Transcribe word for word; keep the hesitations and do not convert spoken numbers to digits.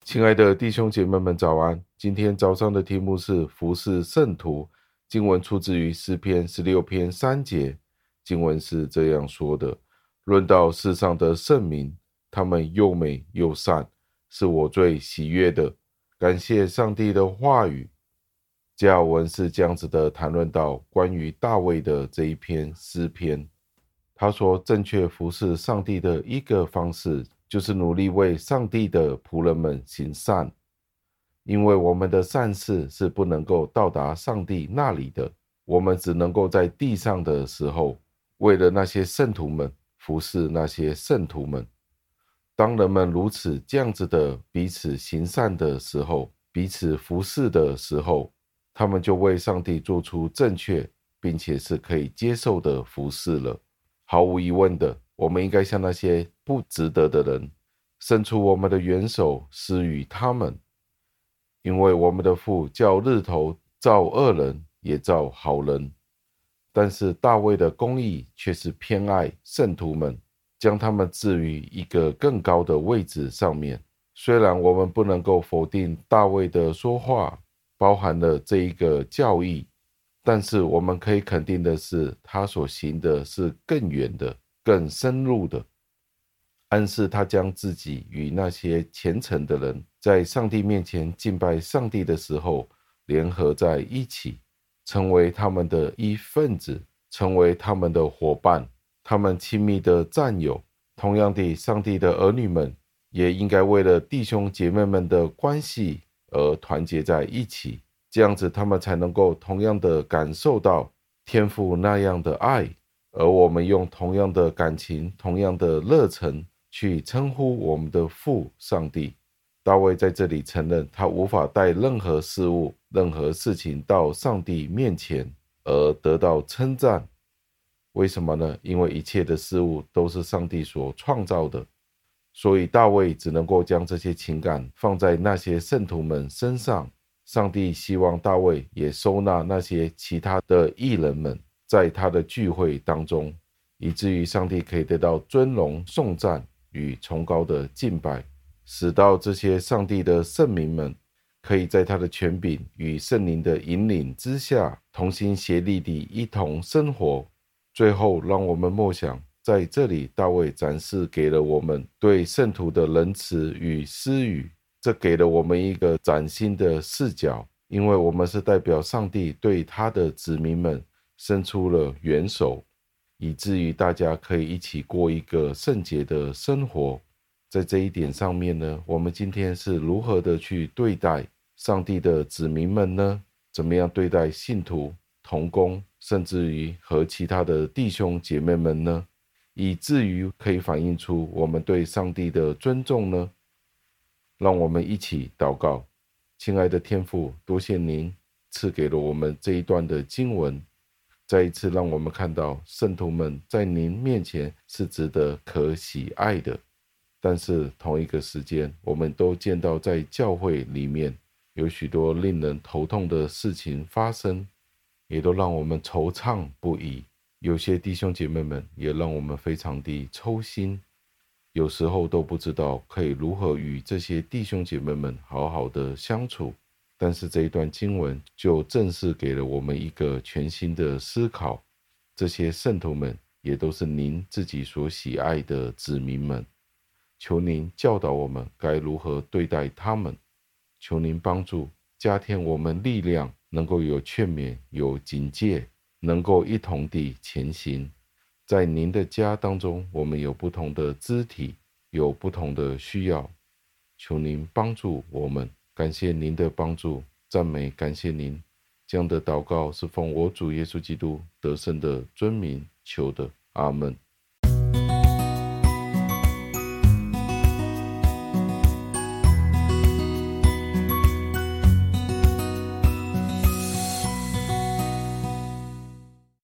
亲爱的弟兄姐妹们，早安！今天早上的题目是服侍圣徒，经文出自于诗篇十六篇三节。经文是这样说的：论到世上的圣民，他们又美又善，是我最喜悦的。感谢上帝的话语。加尔文是这样子的谈论到关于大卫的这一篇诗篇。他说，正确服侍上帝的一个方式，就是努力为上帝的仆人们行善，因为我们的善事是不能够到达上帝那里的，我们只能够在地上的时候，为了那些圣徒们服侍那些圣徒们。当人们如此这样子的彼此行善的时候，彼此服侍的时候，他们就为上帝做出正确并且是可以接受的服侍了。毫无疑问的，我们应该向那些不值得的人伸出我们的援手，施予他们，因为我们的父叫日头照恶人也照好人。但是大卫的公义却是偏爱圣徒们，将他们置于一个更高的位置上面。虽然我们不能够否定大卫的说话包含了这一个教义，但是我们可以肯定的是，他所行的是更远的、更深入的，暗示他将自己与那些虔诚的人在上帝面前敬拜上帝的时候联合在一起，成为他们的一份子，成为他们的伙伴，他们亲密的战友。同样的，上帝的儿女们也应该为了弟兄姐妹们的关系而团结在一起，这样子他们才能够同样的感受到天父那样的爱，而我们用同样的感情、同样的热忱去称呼我们的父上帝。大卫在这里承认，他无法带任何事物、任何事情到上帝面前而得到称赞。为什么呢？因为一切的事物都是上帝所创造的，所以大卫只能够将这些情感放在那些圣徒们身上。上帝希望大卫也收纳那些其他的义人们在他的聚会当中，以至于上帝可以得到尊荣、颂赞与崇高的敬拜，使到这些上帝的圣民们可以在他的权柄与圣灵的引领之下，同心协力地一同生活。最后，让我们默想，在这里大卫展示给了我们对圣徒的仁慈与施予，这给了我们一个崭新的视角，因为我们是代表上帝对他的子民们伸出了援手，以至于大家可以一起过一个圣洁的生活。在这一点上面呢，我们今天是如何的去对待上帝的子民们呢？怎么样对待信徒、同工，甚至于和其他的弟兄姐妹们呢？以至于可以反映出我们对上帝的尊重呢？让我们一起祷告。亲爱的天父，多谢您赐给了我们这一段的经文，再一次让我们看到圣徒们在您面前是值得可喜爱的。但是同一个时间，我们都见到在教会里面有许多令人头痛的事情发生，也都让我们惆怅不已。有些弟兄姐妹们也让我们非常的抽心，有时候都不知道可以如何与这些弟兄姐妹们好好的相处。但是这一段经文就正式给了我们一个全新的思考，这些圣徒们也都是您自己所喜爱的子民们，求您教导我们该如何对待他们，求您帮助加添我们力量，能够有劝勉，有警戒，能够一同地前行。在您的家当中，我们有不同的肢体，有不同的需要，求您帮助我们。感谢您的帮助，赞美感谢您。这样的祷告是奉我主耶稣基督得胜的尊名求的，阿们。